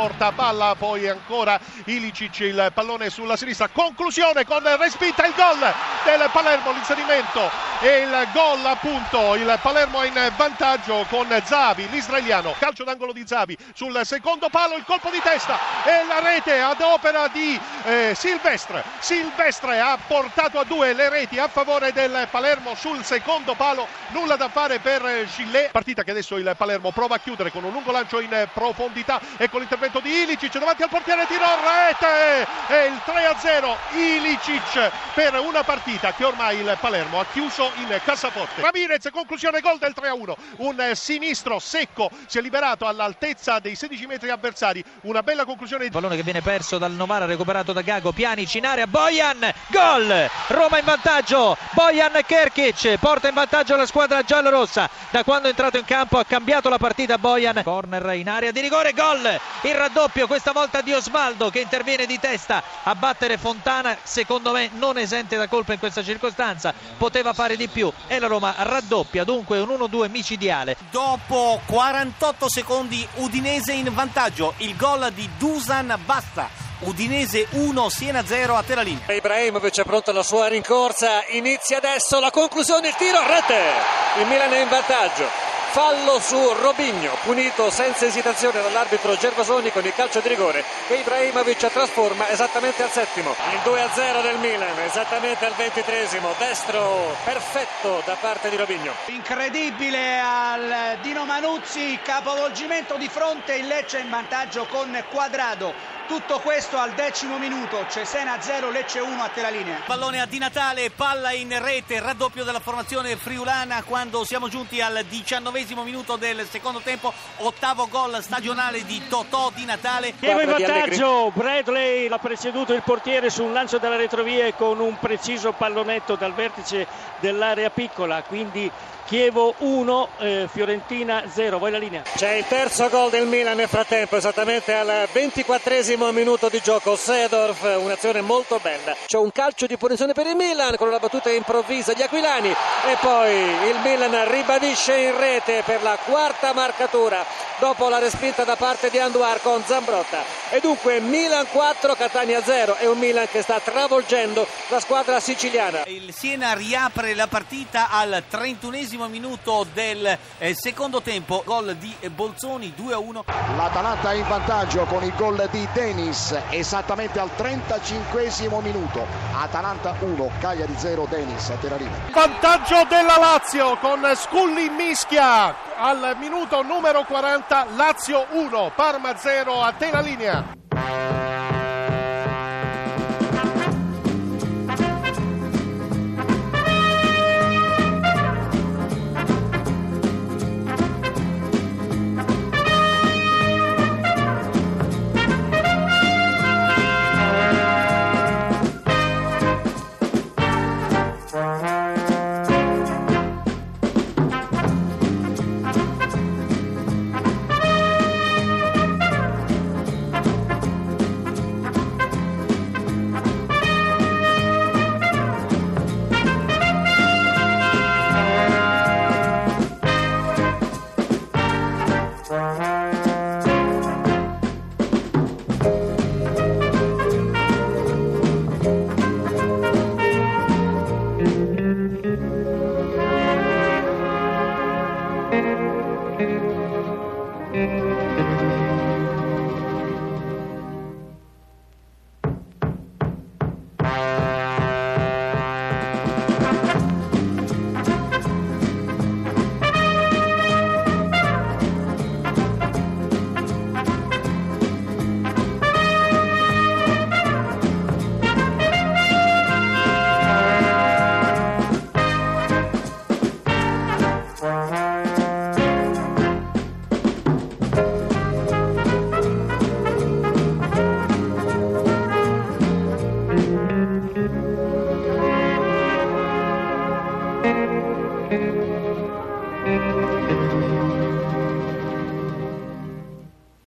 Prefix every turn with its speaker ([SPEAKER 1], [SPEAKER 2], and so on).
[SPEAKER 1] porta, palla poi ancora Ilicic, il pallone sulla sinistra, conclusione con respinta, il gol del Palermo, l'inserimento e il gol appunto, il Palermo è in vantaggio con Zavi, l'israeliano, calcio d'angolo di Zavi sul secondo palo, il colpo di testa e la rete ad opera di Silvestre ha portato a 2 le reti a favore del Palermo sul secondo palo, nulla da fare per Gillet, partita che adesso il Palermo prova a chiudere con un lungo lancio in profondità e con l'intervento di Ilicic davanti al portiere, tiro a rete e il 3-0 Ilicic per una partita che ormai il Palermo ha chiuso in cassaforte. Ramirez, conclusione, gol del 3-1, un sinistro secco si è liberato all'altezza dei 16 metri avversari, una bella conclusione.
[SPEAKER 2] Il pallone che viene perso dal Novara, recuperato da Gago, Pjanic in area, Bojan, gol! Roma in vantaggio, Bojan Krkić porta in vantaggio la squadra giallorossa, da quando è entrato in campo ha cambiato la partita Bojan, corner in area di rigore, gol! Il raddoppio questa volta di Osvaldo che interviene di testa a battere Fontana, secondo me non esente da colpa in questa circostanza, poteva fare di più e la Roma raddoppia, dunque un 1-2 micidiale.
[SPEAKER 3] Dopo 48 secondi Udinese in vantaggio, il gol di Dusan basta. Udinese 1, Siena 0 a Teralinea.
[SPEAKER 4] Ibrahimovic è pronto alla sua rincorsa, inizia adesso la conclusione, il tiro a rete, il Milan è in vantaggio. Fallo su Robinho, punito senza esitazione dall'arbitro Gervasoni con il calcio di rigore che Ibrahimovic trasforma esattamente al 7º. Il 2-0 del Milan, esattamente al 23esimo, destro perfetto da parte di Robinho.
[SPEAKER 5] Incredibile al Dino Manuzzi, capovolgimento di fronte, il Lecce in vantaggio con Quadrado. Tutto questo al 10° minuto, Cesena 0, Lecce 1 a Teralinea.
[SPEAKER 3] Pallone a Di Natale, palla in rete, raddoppio della formazione friulana quando siamo giunti al 19° minuto del secondo tempo, 8º gol stagionale di Totò Di Natale.
[SPEAKER 6] Chievo in vantaggio, Bradley l'ha preceduto il portiere su un lancio dalla retrovia con un preciso pallonetto dal vertice dell'area piccola, quindi Chievo 1, Fiorentina 0, voi la linea.
[SPEAKER 4] C'è il terzo gol del Milan nel frattempo, esattamente al 24esimo minuto di gioco, Seedorf, un'azione molto bella. C'è un calcio di punizione per il Milan con una battuta improvvisa di Aquilani e poi il Milan ribadisce in rete per la 4ª marcatura dopo la respinta da parte di Andujar con Zambrotta. E dunque Milan 4, Catania 0, è un Milan che sta travolgendo la squadra siciliana.
[SPEAKER 3] Il Siena riapre la partita al 31esimo minuto del secondo tempo, gol di Bolzoni 2-1.
[SPEAKER 7] L'Atalanta è in vantaggio con il gol di Denis esattamente al 35esimo minuto. Atalanta 1, Cagliari 0, Denis a Teralinea.
[SPEAKER 1] Vantaggio della Lazio con Scully mischia al minuto numero 40, Lazio 1, Parma 0 a Teralinea.